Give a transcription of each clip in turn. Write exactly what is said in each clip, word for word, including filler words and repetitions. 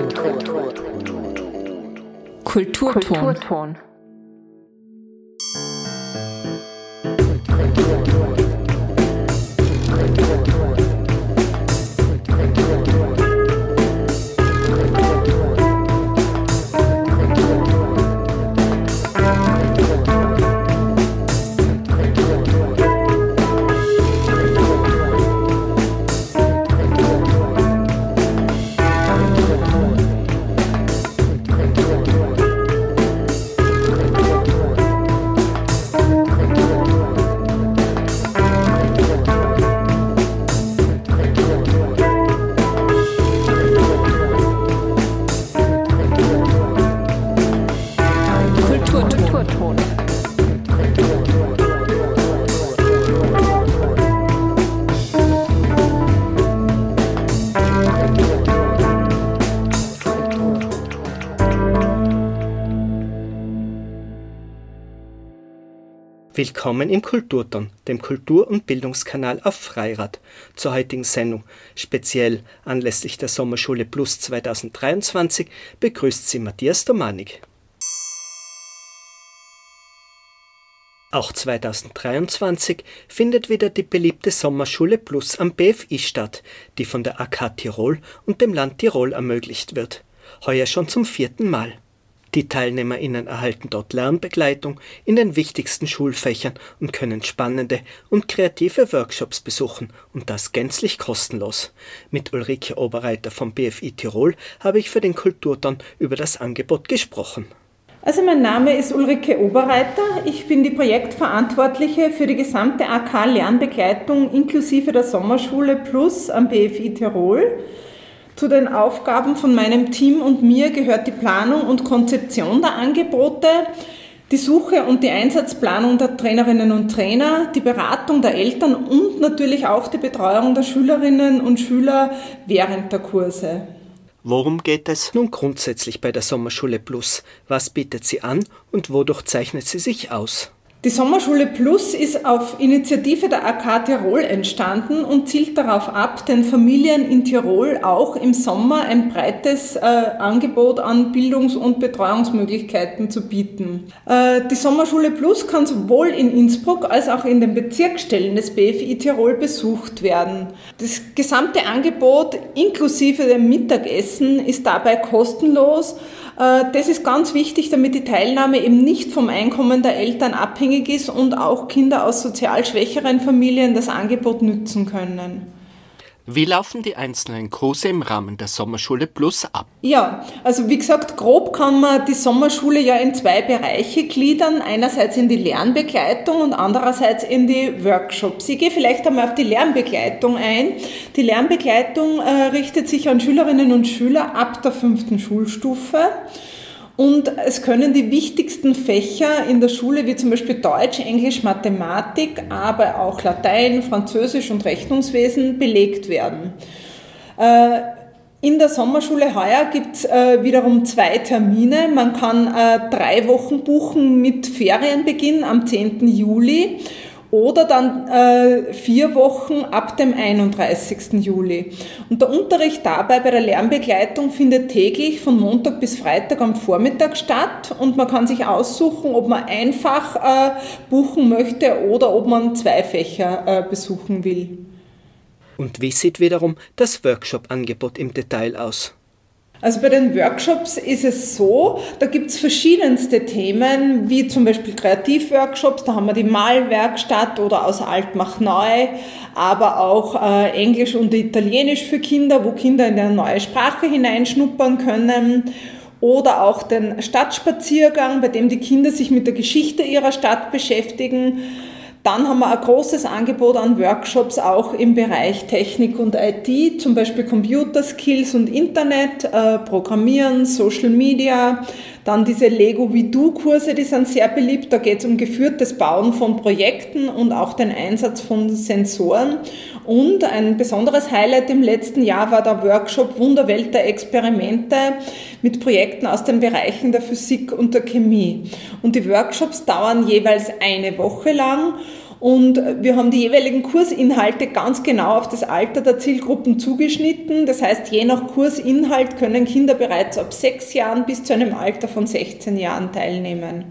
Kulturton. Willkommen im Kulturton, dem Kultur- und Bildungskanal auf Freirad, zur heutigen Sendung. Speziell anlässlich der Sommerschule Plus zweitausenddreiundzwanzig begrüßt Sie Matthias Domanik. Auch zweitausenddreiundzwanzig findet wieder die beliebte Sommerschule Plus am B F I statt, die von der A K Tirol und dem Land Tirol ermöglicht wird. Heuer schon zum vierten Mal. Die TeilnehmerInnen erhalten dort Lernbegleitung in den wichtigsten Schulfächern und können spannende und kreative Workshops besuchen und das gänzlich kostenlos. Mit Ulrike Oberreiter vom B F I Tirol habe ich für den Kulturton über das Angebot gesprochen. Also mein Name ist Ulrike Oberreiter, ich bin die Projektverantwortliche für die gesamte A K-Lernbegleitung inklusive der Sommerschule Plus am B F I Tirol. Zu den Aufgaben von meinem Team und mir gehört die Planung und Konzeption der Angebote, die Suche und die Einsatzplanung der Trainerinnen und Trainer, die Beratung der Eltern und natürlich auch die Betreuung der Schülerinnen und Schüler während der Kurse. Worum geht es nun grundsätzlich bei der Sommerschule Plus? Was bietet sie an und wodurch zeichnet sie sich aus? Die Sommerschule Plus ist auf Initiative der A K Tirol entstanden und zielt darauf ab, den Familien in Tirol auch im Sommer ein breites äh, Angebot an Bildungs- und Betreuungsmöglichkeiten zu bieten. Äh, die Sommerschule Plus kann sowohl in Innsbruck als auch in den Bezirksstellen des B F I Tirol besucht werden. Das gesamte Angebot inklusive dem Mittagessen ist dabei kostenlos. Das ist ganz wichtig, damit die Teilnahme eben nicht vom Einkommen der Eltern abhängig ist und auch Kinder aus sozial schwächeren Familien das Angebot nützen können. Wie laufen die einzelnen Kurse im Rahmen der Sommerschule Plus ab? Ja, also wie gesagt, grob kann man die Sommerschule ja in zwei Bereiche gliedern. Einerseits in die Lernbegleitung und andererseits in die Workshops. Ich gehe vielleicht einmal auf die Lernbegleitung ein. Die Lernbegleitung äh, richtet sich an Schülerinnen und Schüler ab der fünften Schulstufe. Und es können die wichtigsten Fächer in der Schule, wie zum Beispiel Deutsch, Englisch, Mathematik, aber auch Latein, Französisch und Rechnungswesen belegt werden. In der Sommerschule heuer gibt es wiederum zwei Termine. Man kann drei Wochen buchen mit Ferienbeginn am zehnten Juli. Oder dann äh, vier Wochen ab dem einunddreißigsten Juli. Und der Unterricht dabei bei der Lernbegleitung findet täglich von Montag bis Freitag am Vormittag statt und man kann sich aussuchen, ob man einfach äh, buchen möchte oder ob man zwei Fächer äh, besuchen will. Und wie sieht wiederum das Workshop-Angebot im Detail aus? Also bei den Workshops ist es so, da gibt es verschiedenste Themen, wie zum Beispiel Kreativworkshops, da haben wir die Malwerkstatt oder aus alt macht neu, aber auch äh, Englisch und Italienisch für Kinder, wo Kinder in eine neue Sprache hineinschnuppern können. Oder auch den Stadtspaziergang, bei dem die Kinder sich mit der Geschichte ihrer Stadt beschäftigen. Dann haben wir ein großes Angebot an Workshops auch im Bereich Technik und I T, zum Beispiel Computerskills und Internet, äh, Programmieren, Social Media. Dann diese Lego-wie-Du-Kurse, die sind sehr beliebt. Da geht es um geführtes Bauen von Projekten und auch den Einsatz von Sensoren. Und ein besonderes Highlight im letzten Jahr war der Workshop Wunderwelt der Experimente mit Projekten aus den Bereichen der Physik und der Chemie. Und die Workshops dauern jeweils eine Woche lang. Und wir haben die jeweiligen Kursinhalte ganz genau auf das Alter der Zielgruppen zugeschnitten. Das heißt, je nach Kursinhalt können Kinder bereits ab sechs Jahren bis zu einem Alter von sechzehn Jahren teilnehmen.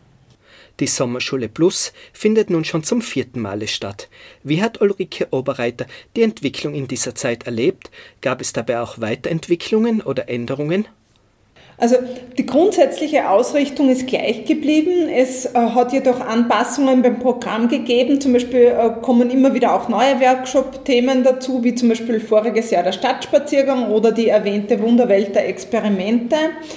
Die Sommerschule Plus findet nun schon zum vierten Male statt. Wie hat Ulrike Oberreiter die Entwicklung in dieser Zeit erlebt? Gab es dabei auch Weiterentwicklungen oder Änderungen? Also die grundsätzliche Ausrichtung ist gleich geblieben. Es äh, hat jedoch Anpassungen beim Programm gegeben. Zum Beispiel äh, kommen immer wieder auch neue Workshop-Themen dazu, wie zum Beispiel voriges Jahr der Stadtspaziergang oder die erwähnte Wunderwelt der Experimente.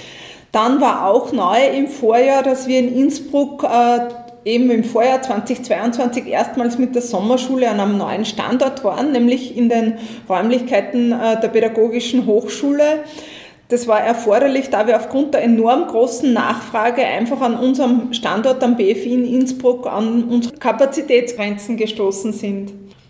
Dann war auch neu im Vorjahr, dass wir in Innsbruck äh, eben im Vorjahr zweitausendzweiundzwanzig erstmals mit der Sommerschule an einem neuen Standort waren, nämlich in den Räumlichkeiten äh, der Pädagogischen Hochschule. Das war erforderlich, da wir aufgrund der enorm großen Nachfrage einfach an unserem Standort am B F I in Innsbruck an unsere Kapazitätsgrenzen gestoßen sind.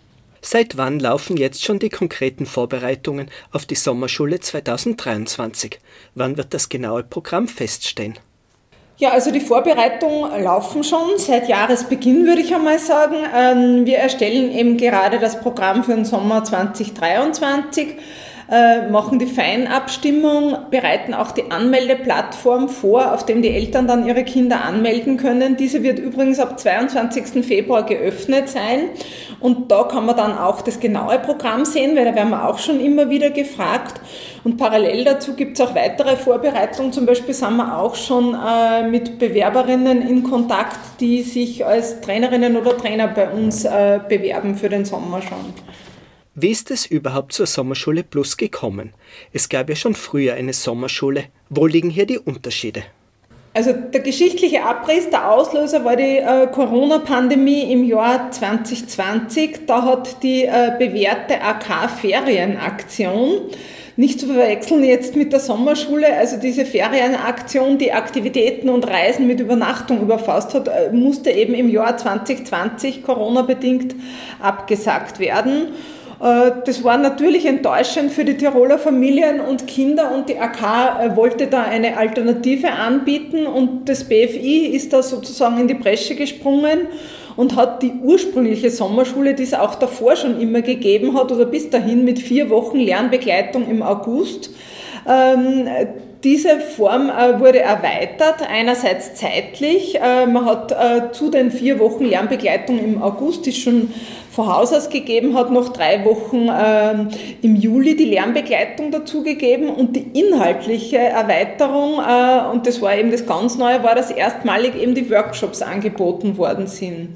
Seit wann laufen jetzt schon die konkreten Vorbereitungen auf die Sommerschule zweitausenddreiundzwanzig? Wann wird das genaue Programm feststehen? Ja, also die Vorbereitungen laufen schon seit Jahresbeginn, würde ich einmal sagen. Wir erstellen eben gerade das Programm für den Sommer zweitausenddreiundzwanzig. Äh, machen die Feinabstimmung, bereiten auch die Anmeldeplattform vor, auf dem die Eltern dann ihre Kinder anmelden können. Diese wird übrigens ab zweiundzwanzigsten Februar geöffnet sein und da kann man dann auch das genaue Programm sehen, weil da werden wir auch schon immer wieder gefragt. Und parallel dazu gibt es auch weitere Vorbereitungen. Zum Beispiel sind wir auch schon äh, mit Bewerberinnen in Kontakt, die sich als Trainerinnen oder Trainer bei uns äh, bewerben für den Sommer schon. Wie ist es überhaupt zur Sommerschule Plus gekommen? Es gab ja schon früher eine Sommerschule. Wo liegen hier die Unterschiede? Also der geschichtliche Abriss, der Auslöser war die äh, Corona-Pandemie im Jahr zwanzig zwanzig. Da hat die äh, bewährte A K-Ferienaktion, nicht zu verwechseln jetzt mit der Sommerschule, also diese Ferienaktion, die Aktivitäten und Reisen mit Übernachtung überfasst hat, äh, musste eben im Jahr zwanzig zwanzig Corona-bedingt abgesagt werden. Das war natürlich enttäuschend für die Tiroler Familien und Kinder und die A K wollte da eine Alternative anbieten und das B F I ist da sozusagen in die Bresche gesprungen und hat die ursprüngliche Sommerschule, die es auch davor schon immer gegeben hat oder bis dahin mit vier Wochen Lernbegleitung im August, ähm, diese Form äh, wurde erweitert, einerseits zeitlich. Äh, man hat äh, zu den vier Wochen Lernbegleitung im August, die es schon von Haus aus gegeben hat, noch drei Wochen äh, im Juli die Lernbegleitung dazugegeben und die inhaltliche Erweiterung, äh, und das war eben das ganz Neue, war, dass erstmalig eben die Workshops angeboten worden sind.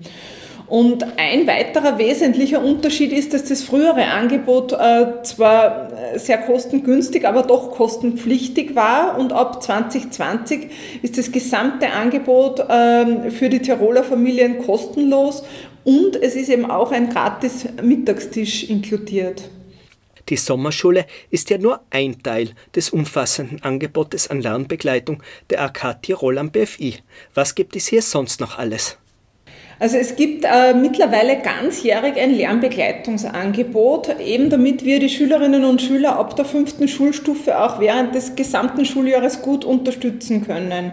Und ein weiterer wesentlicher Unterschied ist, dass das frühere Angebot äh, zwar sehr kostengünstig, aber doch kostenpflichtig war und ab zwanzig zwanzig ist das gesamte Angebot äh, für die Tiroler Familien kostenlos und es ist eben auch ein gratis Mittagstisch inkludiert. Die Sommerschule ist ja nur ein Teil des umfassenden Angebotes an Lernbegleitung der A K Tirol am B F I. Was gibt es hier sonst noch alles? Also es gibt äh, mittlerweile ganzjährig ein Lernbegleitungsangebot, eben damit wir die Schülerinnen und Schüler ab der fünften Schulstufe auch während des gesamten Schuljahres gut unterstützen können.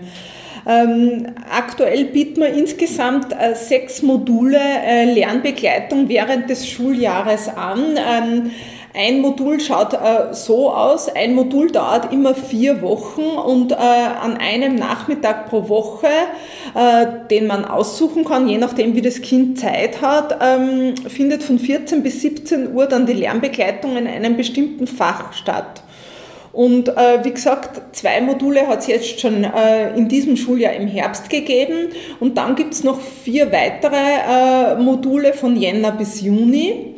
Ähm, aktuell bieten wir insgesamt äh, sechs Module äh, Lernbegleitung während des Schuljahres an. Ähm, Ein Modul schaut äh, so aus, ein Modul dauert immer vier Wochen und äh, an einem Nachmittag pro Woche, äh, den man aussuchen kann, je nachdem wie das Kind Zeit hat, ähm, findet von vierzehn bis siebzehn Uhr dann die Lernbegleitung in einem bestimmten Fach statt. Und äh, wie gesagt, zwei Module hat es jetzt schon äh, in diesem Schuljahr im Herbst gegeben und dann gibt es noch vier weitere äh, Module von Jänner bis Juni.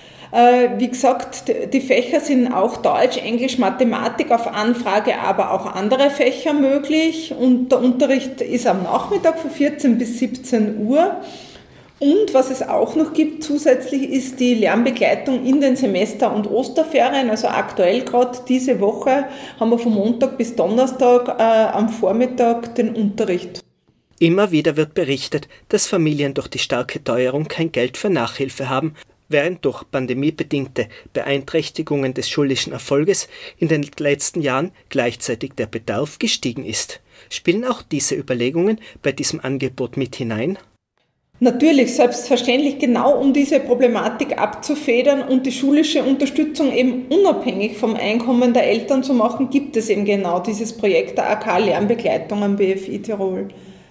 Wie gesagt, die Fächer sind auch Deutsch, Englisch, Mathematik auf Anfrage, aber auch andere Fächer möglich. Und der Unterricht ist am Nachmittag von vierzehn bis siebzehn Uhr. Und was es auch noch gibt zusätzlich ist die Lernbegleitung in den Semester- und Osterferien. Also aktuell gerade diese Woche haben wir von Montag bis Donnerstag äh, am Vormittag den Unterricht. Immer wieder wird berichtet, dass Familien durch die starke Teuerung kein Geld für Nachhilfe haben, während durch pandemiebedingte Beeinträchtigungen des schulischen Erfolges in den letzten Jahren gleichzeitig der Bedarf gestiegen ist. Spielen auch diese Überlegungen bei diesem Angebot mit hinein? Natürlich, selbstverständlich, genau um diese Problematik abzufedern und die schulische Unterstützung eben unabhängig vom Einkommen der Eltern zu machen, gibt es eben genau dieses Projekt der A K Lernbegleitung am B F I Tirol.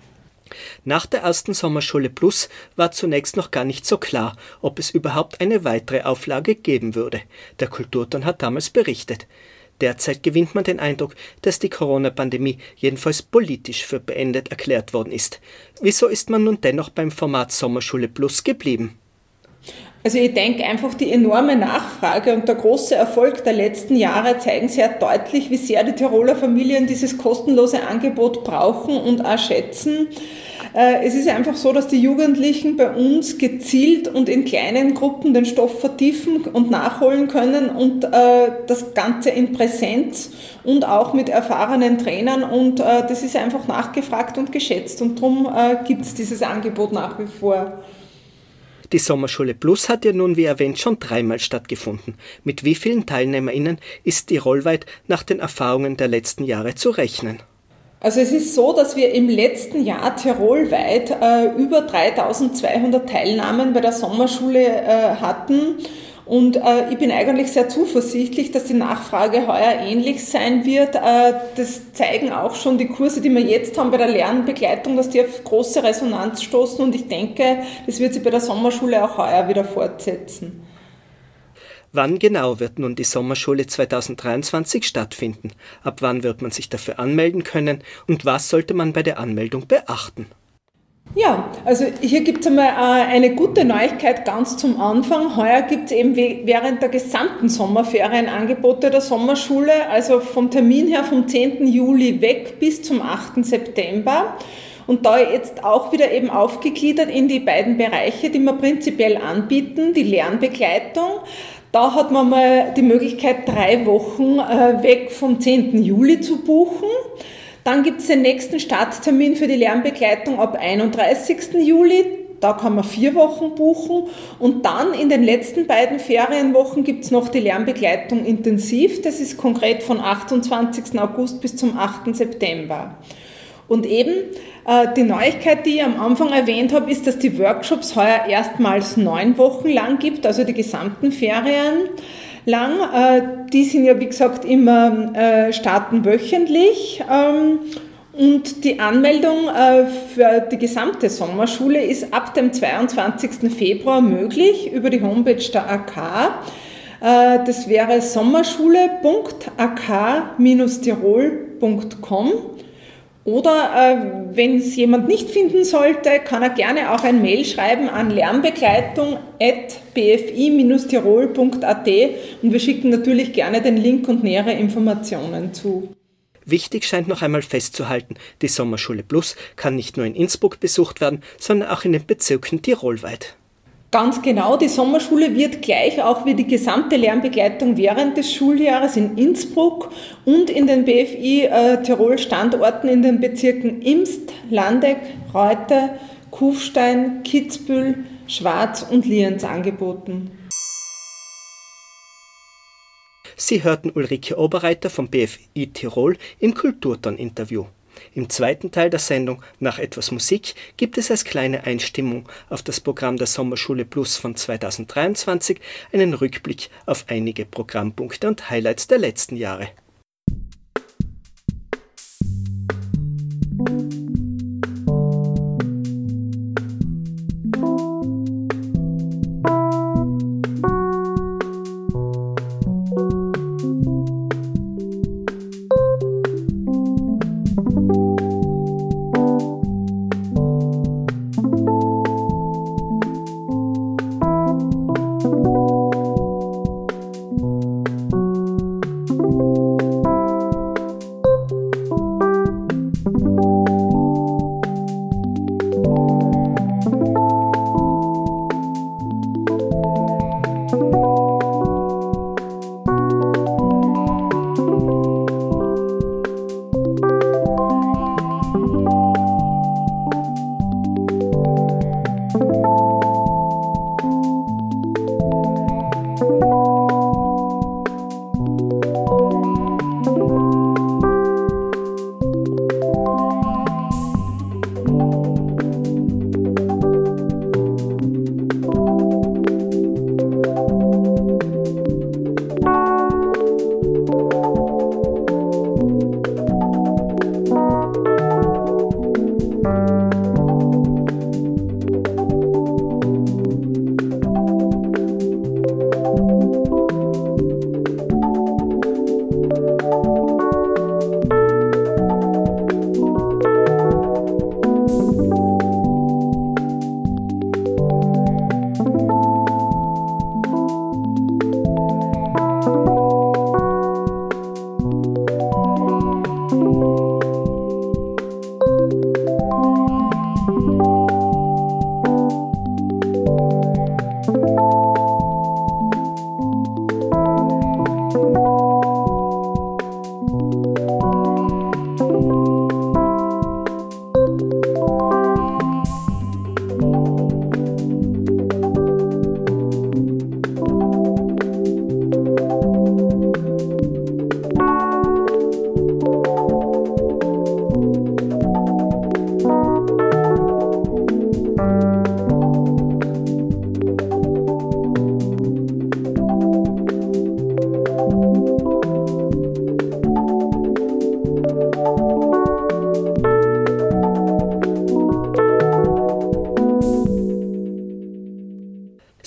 Nach der ersten Sommerschule Plus war zunächst noch gar nicht so klar, ob es überhaupt eine weitere Auflage geben würde. Der Kulturton hat damals berichtet. Derzeit gewinnt man den Eindruck, dass die Corona-Pandemie jedenfalls politisch für beendet erklärt worden ist. Wieso ist man nun dennoch beim Format Sommerschule Plus geblieben? Also ich denke einfach, die enorme Nachfrage und der große Erfolg der letzten Jahre zeigen sehr deutlich, wie sehr die Tiroler Familien dieses kostenlose Angebot brauchen und auch schätzen. Es ist einfach so, dass die Jugendlichen bei uns gezielt und in kleinen Gruppen den Stoff vertiefen und nachholen können und das Ganze in Präsenz und auch mit erfahrenen Trainern, und das ist einfach nachgefragt und geschätzt, und darum gibt es dieses Angebot nach wie vor. Die Sommerschule Plus hat ja nun, wie erwähnt, schon dreimal stattgefunden. Mit wie vielen TeilnehmerInnen ist tirolweit nach den Erfahrungen der letzten Jahre zu rechnen? Also es ist so, dass wir im letzten Jahr tirolweit äh, über dreitausendzweihundert Teilnahmen bei der Sommerschule äh, hatten, und äh, ich bin eigentlich sehr zuversichtlich, dass die Nachfrage heuer ähnlich sein wird. Äh, das zeigen auch schon die Kurse, die wir jetzt haben bei der Lernbegleitung, dass die auf große Resonanz stoßen, und ich denke, das wird sich bei der Sommerschule auch heuer wieder fortsetzen. Wann genau wird nun die Sommerschule zweitausenddreiundzwanzig stattfinden? Ab wann wird man sich dafür anmelden können und was sollte man bei der Anmeldung beachten? Ja, also hier gibt es einmal eine gute Neuigkeit ganz zum Anfang. Heuer gibt es eben während der gesamten Sommerferien Angebote der Sommerschule, also vom Termin her vom zehnten Juli weg bis zum achten September. Und da jetzt auch wieder eben aufgegliedert in die beiden Bereiche, die wir prinzipiell anbieten, die Lernbegleitung. Da hat man mal die Möglichkeit, drei Wochen weg vom zehnten Juli zu buchen. Dann gibt es den nächsten Starttermin für die Lernbegleitung ab einunddreißigsten Juli. Da kann man vier Wochen buchen. Und dann in den letzten beiden Ferienwochen gibt es noch die Lernbegleitung intensiv. Das ist konkret von achtundzwanzigsten August bis zum achten September. Und eben äh, die Neuigkeit, die ich am Anfang erwähnt habe, ist, dass die Workshops heuer erstmals neun Wochen lang gibt, also die gesamten Ferien lang. Äh, die sind ja, wie gesagt, immer äh, starten wöchentlich. Ähm, und die Anmeldung äh, für die gesamte Sommerschule ist ab dem zweiundzwanzigsten Februar möglich über die Homepage der A K. Äh, das wäre sommerschule punkt a k dash tirol punkt com. Oder äh, wenn es jemand nicht finden sollte, kann er gerne auch ein Mail schreiben an lernbegleitung at b f i dash tirol punkt a t, und wir schicken natürlich gerne den Link und nähere Informationen zu. Wichtig scheint noch einmal festzuhalten, die Sommerschule Plus kann nicht nur in Innsbruck besucht werden, sondern auch in den Bezirken tirolweit. Ganz genau, die Sommerschule wird gleich auch wie die gesamte Lernbegleitung während des Schuljahres in Innsbruck und in den B F I äh, Tirol Standorten in den Bezirken Imst, Landeck, Reute, Kufstein, Kitzbühel, Schwaz und Lienz angeboten. Sie hörten Ulrike Oberreiter vom B F I Tirol im Kulturton-Interview. Im zweiten Teil der Sendung, nach etwas Musik, gibt es als kleine Einstimmung auf das Programm der Sommerschule Plus von zweitausenddreiundzwanzig einen Rückblick auf einige Programmpunkte und Highlights der letzten Jahre.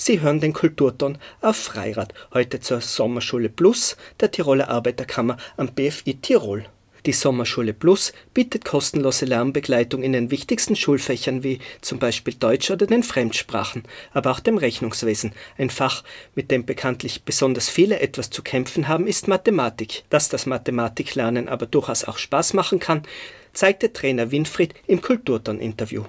Sie hören den Kulturton auf Freirad, heute zur Sommerschule Plus der Tiroler Arbeiterkammer am B F I Tirol. Die Sommerschule Plus bietet kostenlose Lernbegleitung in den wichtigsten Schulfächern wie zum Beispiel Deutsch oder den Fremdsprachen, aber auch dem Rechnungswesen. Ein Fach, mit dem bekanntlich besonders viele etwas zu kämpfen haben, ist Mathematik. Dass das Mathematiklernen aber durchaus auch Spaß machen kann, zeigte Trainer Winfried im Kulturton-Interview.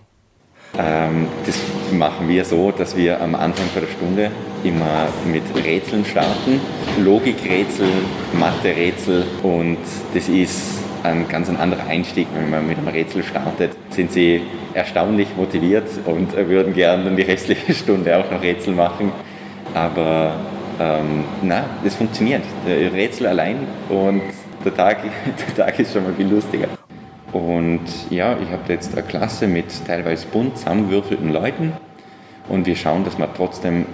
Ähm, das machen wir so, dass wir am Anfang der Stunde immer mit Rätseln starten. Logikrätsel, Mathe-Rätsel, und das ist ein ganz ein anderer Einstieg. Wenn man mit einem Rätsel startet, sind sie erstaunlich motiviert und würden gerne dann die restliche Stunde auch noch Rätsel machen. Aber ähm, na, das funktioniert. Rätsel allein und der Tag, der Tag ist schon mal viel lustiger. Und ja, ich habe jetzt eine Klasse mit teilweise bunt zusammengewürfelten Leuten und wir schauen, dass wir trotzdem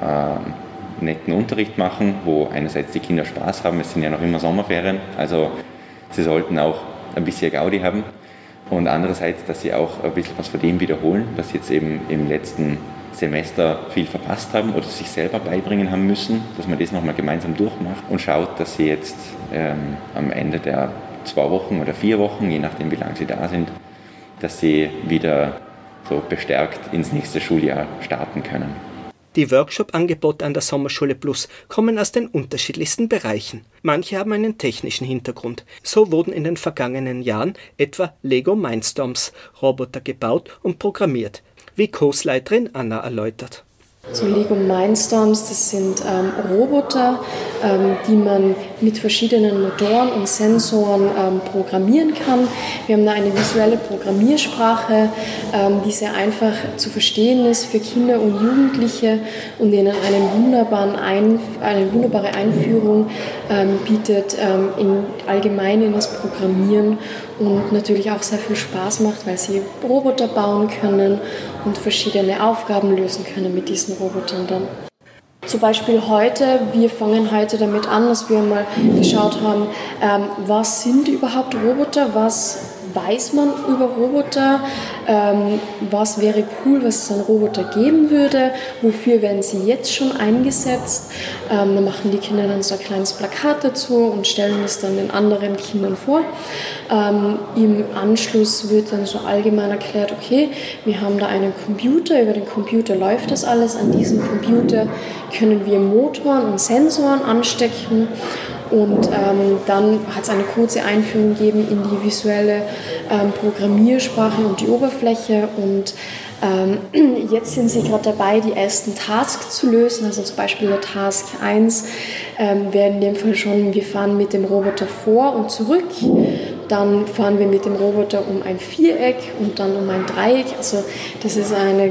äh, netten Unterricht machen, wo einerseits die Kinder Spaß haben, es sind ja noch immer Sommerferien, also sie sollten auch ein bisschen Gaudi haben, und andererseits, dass sie auch ein bisschen was von dem wiederholen, was sie jetzt eben im letzten Semester viel verpasst haben oder sich selber beibringen haben müssen, dass man das nochmal gemeinsam durchmacht und schaut, dass sie jetzt ähm, am Ende der zwei Wochen oder vier Wochen, je nachdem wie lange sie da sind, dass sie wieder so bestärkt ins nächste Schuljahr starten können. Die Workshop-Angebote an der Sommerschule Plus kommen aus den unterschiedlichsten Bereichen. Manche haben einen technischen Hintergrund. So wurden in den vergangenen Jahren etwa Lego Mindstorms Roboter gebaut und programmiert, wie Kursleiterin Anna erläutert. So Lego Mindstorms, das sind ähm, Roboter, ähm, die man mit verschiedenen Motoren und Sensoren ähm, programmieren kann. Wir haben da eine visuelle Programmiersprache, ähm, die sehr einfach zu verstehen ist für Kinder und Jugendliche und ihnen einen wunderbaren Einf- eine wunderbare Einführung ähm, bietet ähm, in allgemein in das Programmieren und natürlich auch sehr viel Spaß macht, weil sie Roboter bauen können und verschiedene Aufgaben lösen können mit diesen Robotern dann. Zum Beispiel heute, wir fangen heute damit an, dass wir mal geschaut haben, ähm, was sind überhaupt Roboter, was weiß man über Roboter, ähm, was wäre cool, was es an Roboter geben würde, wofür werden sie jetzt schon eingesetzt. Ähm, dann machen die Kinder dann so ein kleines Plakat dazu und stellen es dann den anderen Kindern vor. Ähm, Im Anschluss wird dann so allgemein erklärt, okay, wir haben da einen Computer, über den Computer läuft das alles, an diesem Computer können wir Motoren und Sensoren anstecken. Und ähm, dann hat es eine kurze Einführung gegeben in die visuelle ähm, Programmiersprache und die Oberfläche. Und ähm, jetzt sind sie gerade dabei, die ersten Tasks zu lösen. Also zum Beispiel der Task eins ähm, wäre in dem Fall schon, wir fahren mit dem Roboter vor und zurück. Dann fahren wir mit dem Roboter um ein Viereck und dann um ein Dreieck. Also das ist eine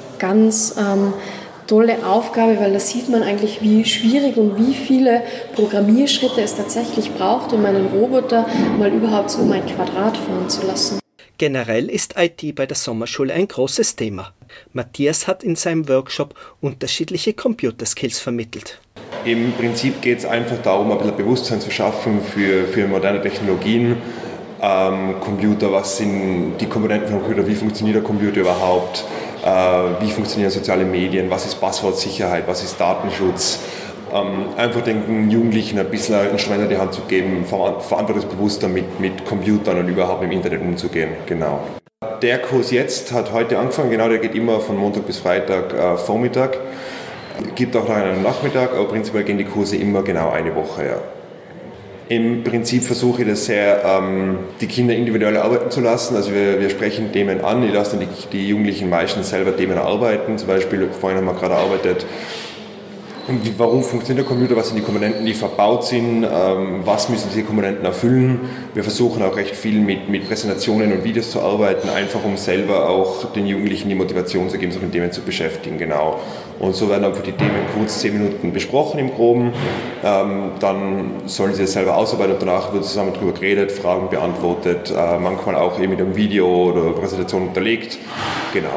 ganz Ähm, tolle Aufgabe, weil da sieht man eigentlich, wie schwierig und wie viele Programmierschritte es tatsächlich braucht, um einen Roboter mal überhaupt so um ein Quadrat fahren zu lassen. Generell ist I T bei der Sommerschule ein großes Thema. Matthias hat in seinem Workshop unterschiedliche Computerskills vermittelt. Im Prinzip geht es einfach darum, ein bisschen Bewusstsein zu schaffen für, für moderne Technologien. Ähm, Computer, was sind die Komponenten vom Computer, wie funktioniert der Computer überhaupt? Wie funktionieren soziale Medien, was ist Passwortsicherheit, was ist Datenschutz. Ähm, einfach den Jugendlichen ein bisschen ein Instrument in die Hand zu geben, verantwortungsbewusster mit, mit Computern und überhaupt im Internet umzugehen. Genau. Der Kurs jetzt hat heute angefangen, genau, der geht immer von Montag bis Freitag äh, Vormittag. Gibt auch noch einen Nachmittag, aber prinzipiell gehen die Kurse immer genau eine Woche. Ja. Im Prinzip versuche ich das sehr, ähm, die Kinder individuell arbeiten zu lassen. Also wir, wir sprechen Themen an, ich lasse dann die, die Jugendlichen meistens selber Themen erarbeiten. Zum Beispiel, vorhin haben wir gerade erarbeitet, warum funktioniert der Computer, was sind die Komponenten, die verbaut sind, ähm, was müssen diese Komponenten erfüllen. Wir versuchen auch recht viel mit, mit Präsentationen und Videos zu arbeiten, einfach um selber auch den Jugendlichen die Motivation zu geben, sich mit Themen zu beschäftigen. Genau. Und so werden einfach die Themen kurz zehn Minuten besprochen im Groben. Ähm, dann sollen sie es selber ausarbeiten und danach wird zusammen darüber geredet, Fragen beantwortet, äh, manchmal auch eben mit einem Video oder Präsentation unterlegt. Genau.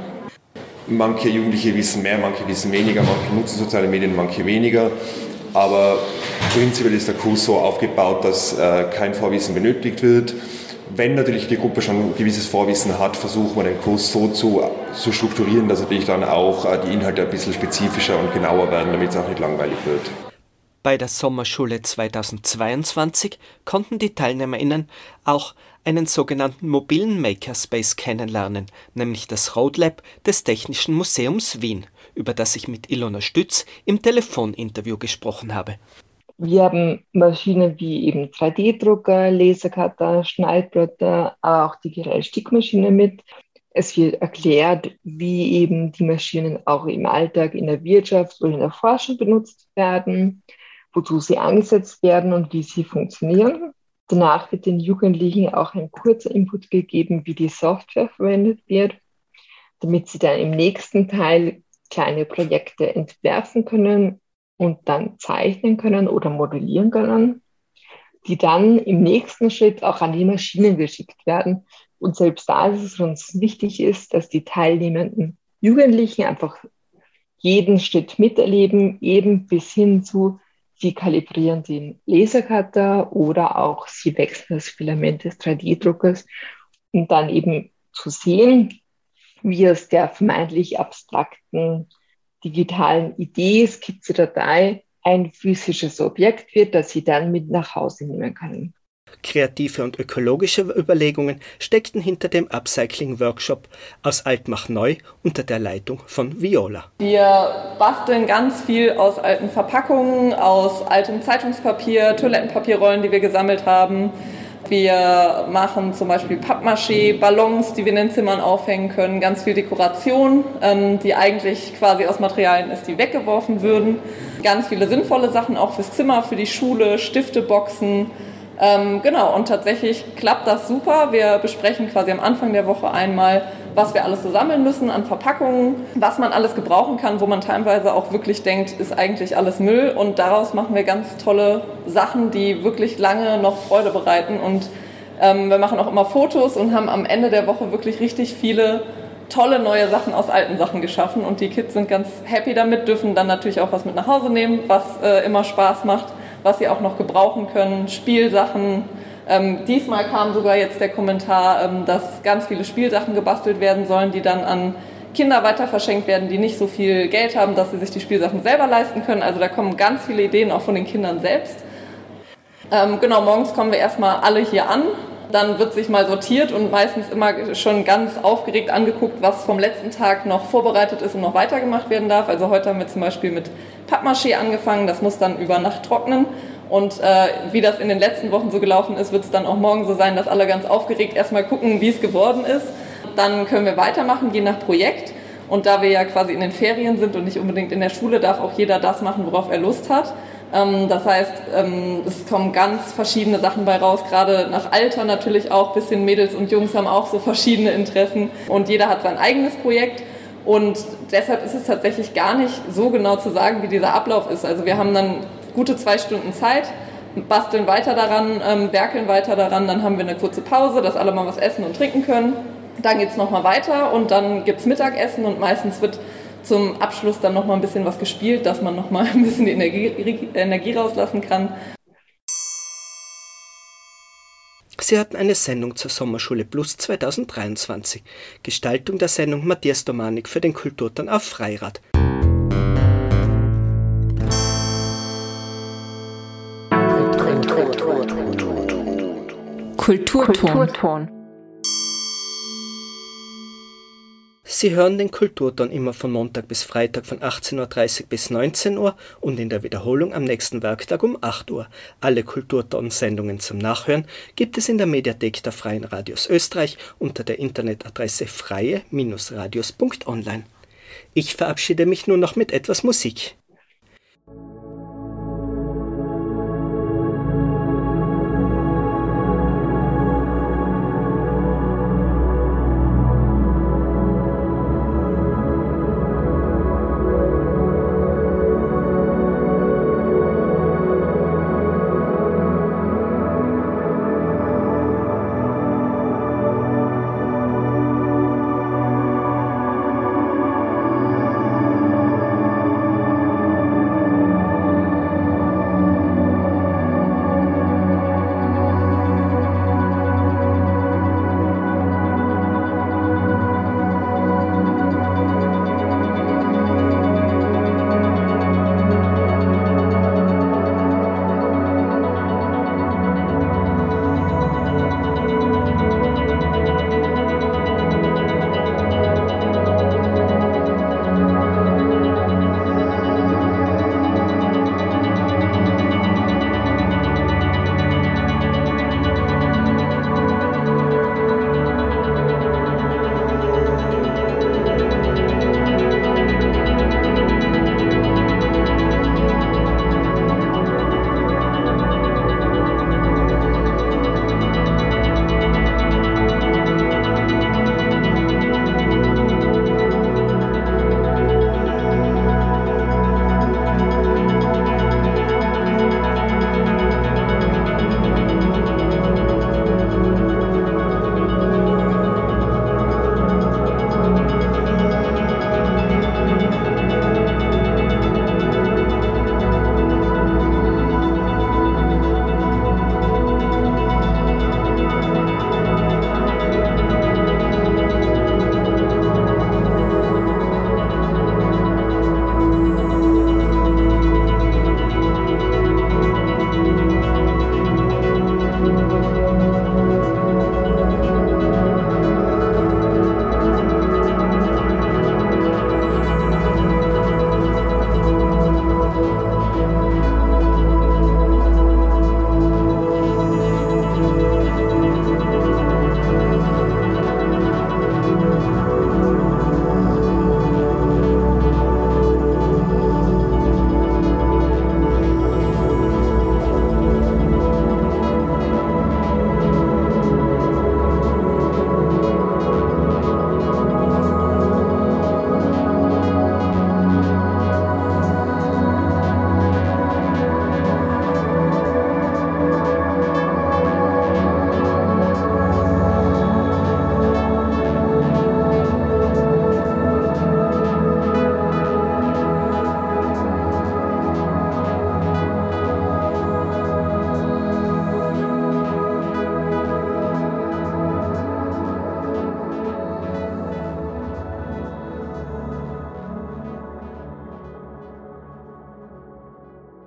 Manche Jugendliche wissen mehr, manche wissen weniger, manche nutzen soziale Medien, manche weniger. Aber prinzipiell ist der Kurs so aufgebaut, dass äh, kein Vorwissen benötigt wird. Wenn natürlich die Gruppe schon ein gewisses Vorwissen hat, versuchen wir den Kurs so zu so strukturieren, dass natürlich dann auch die Inhalte ein bisschen spezifischer und genauer werden, damit es auch nicht langweilig wird. Bei der Sommerschule zweitausendzweiundzwanzig konnten die TeilnehmerInnen auch einen sogenannten mobilen Makerspace kennenlernen, nämlich das Roadlab des Technischen Museums Wien, über das ich mit Ilona Stütz im Telefoninterview gesprochen habe. Wir haben Maschinen wie eben drei D Drucker, Lasercutter, Schneidbretter, aber auch die Stickmaschine mit. Es wird erklärt, wie eben die Maschinen auch im Alltag in der Wirtschaft oder in der Forschung benutzt werden, wozu sie eingesetzt werden und wie sie funktionieren. Danach wird den Jugendlichen auch ein kurzer Input gegeben, wie die Software verwendet wird, damit sie dann im nächsten Teil kleine Projekte entwerfen können und dann zeichnen können oder modellieren können, die dann im nächsten Schritt auch an die Maschinen geschickt werden. Und selbst da ist es uns wichtig ist, dass die teilnehmenden Jugendlichen einfach jeden Schritt miterleben, eben bis hin zu, sie kalibrieren den Lasercutter oder auch sie wechseln das Filament des drei D Druckers, um dann eben zu sehen, wie aus der vermeintlich abstrakten digitalen Idee, Skizze, Datei ein physisches Objekt wird, das sie dann mit nach Hause nehmen können. Kreative und ökologische Überlegungen steckten hinter dem Upcycling-Workshop aus Altmach neu unter der Leitung von Viola. Wir basteln ganz viel aus alten Verpackungen, aus altem Zeitungspapier, Toilettenpapierrollen, die wir gesammelt haben. Wir machen zum Beispiel Pappmaché, Ballons, die wir in den Zimmern aufhängen können, ganz viel Dekoration, ähm, die eigentlich quasi aus Materialien ist, die weggeworfen würden. Ganz viele sinnvolle Sachen auch fürs Zimmer, für die Schule, Stifte, Boxen. Ähm, genau, und tatsächlich klappt das super. Wir besprechen quasi am Anfang der Woche einmal, was wir alles so sammeln müssen an Verpackungen, was man alles gebrauchen kann, wo man teilweise auch wirklich denkt, ist eigentlich alles Müll. Und daraus machen wir ganz tolle Sachen, die wirklich lange noch Freude bereiten. Und ähm, wir machen auch immer Fotos und haben am Ende der Woche wirklich richtig viele tolle neue Sachen aus alten Sachen geschaffen. Und die Kids sind ganz happy damit, dürfen dann natürlich auch was mit nach Hause nehmen, was äh, immer Spaß macht, was sie auch noch gebrauchen können, Spielsachen. Ähm, diesmal kam sogar jetzt der Kommentar, ähm, dass ganz viele Spielsachen gebastelt werden sollen, die dann an Kinder weiter verschenkt werden, die nicht so viel Geld haben, dass sie sich die Spielsachen selber leisten können. Also da kommen ganz viele Ideen auch von den Kindern selbst. Ähm, genau, morgens kommen wir erstmal alle hier an. Dann wird sich mal sortiert und meistens immer schon ganz aufgeregt angeguckt, was vom letzten Tag noch vorbereitet ist und noch weitergemacht werden darf. Also heute haben wir zum Beispiel mit Pappmaché angefangen, das muss dann über Nacht trocknen. Und äh, wie das in den letzten Wochen so gelaufen ist, wird es dann auch morgen so sein, dass alle ganz aufgeregt erstmal gucken, wie es geworden ist. Dann können wir weitermachen, je nach Projekt. Und da wir ja quasi in den Ferien sind und nicht unbedingt in der Schule, darf auch jeder das machen, worauf er Lust hat. Das heißt, es kommen ganz verschiedene Sachen bei raus, gerade nach Alter natürlich auch, ein bisschen Mädels und Jungs haben auch so verschiedene Interessen und jeder hat sein eigenes Projekt und deshalb ist es tatsächlich gar nicht so genau zu sagen, wie dieser Ablauf ist. Also wir haben dann gute zwei Stunden Zeit, basteln weiter daran, ähm, werkeln weiter daran, dann haben wir eine kurze Pause, dass alle mal was essen und trinken können. Dann geht es nochmal weiter und dann gibt es Mittagessen und meistens wird zum Abschluss dann nochmal ein bisschen was gespielt, dass man nochmal ein bisschen die Energie, Energie rauslassen kann. Sie hatten eine Sendung zur Sommerschule Plus zweitausenddreiundzwanzig. Gestaltung der Sendung Matthias Domanik für den Kulturton auf Freirad. Kulturton. Kulturton. Sie hören den Kulturton immer von Montag bis Freitag von achtzehn Uhr dreißig bis neunzehn Uhr und in der Wiederholung am nächsten Werktag um acht Uhr. Alle Kulturton-Sendungen zum Nachhören gibt es in der Mediathek der Freien Radios Österreich unter der Internetadresse freie Bindestrich radios Punkt online. Ich verabschiede mich nur noch mit etwas Musik.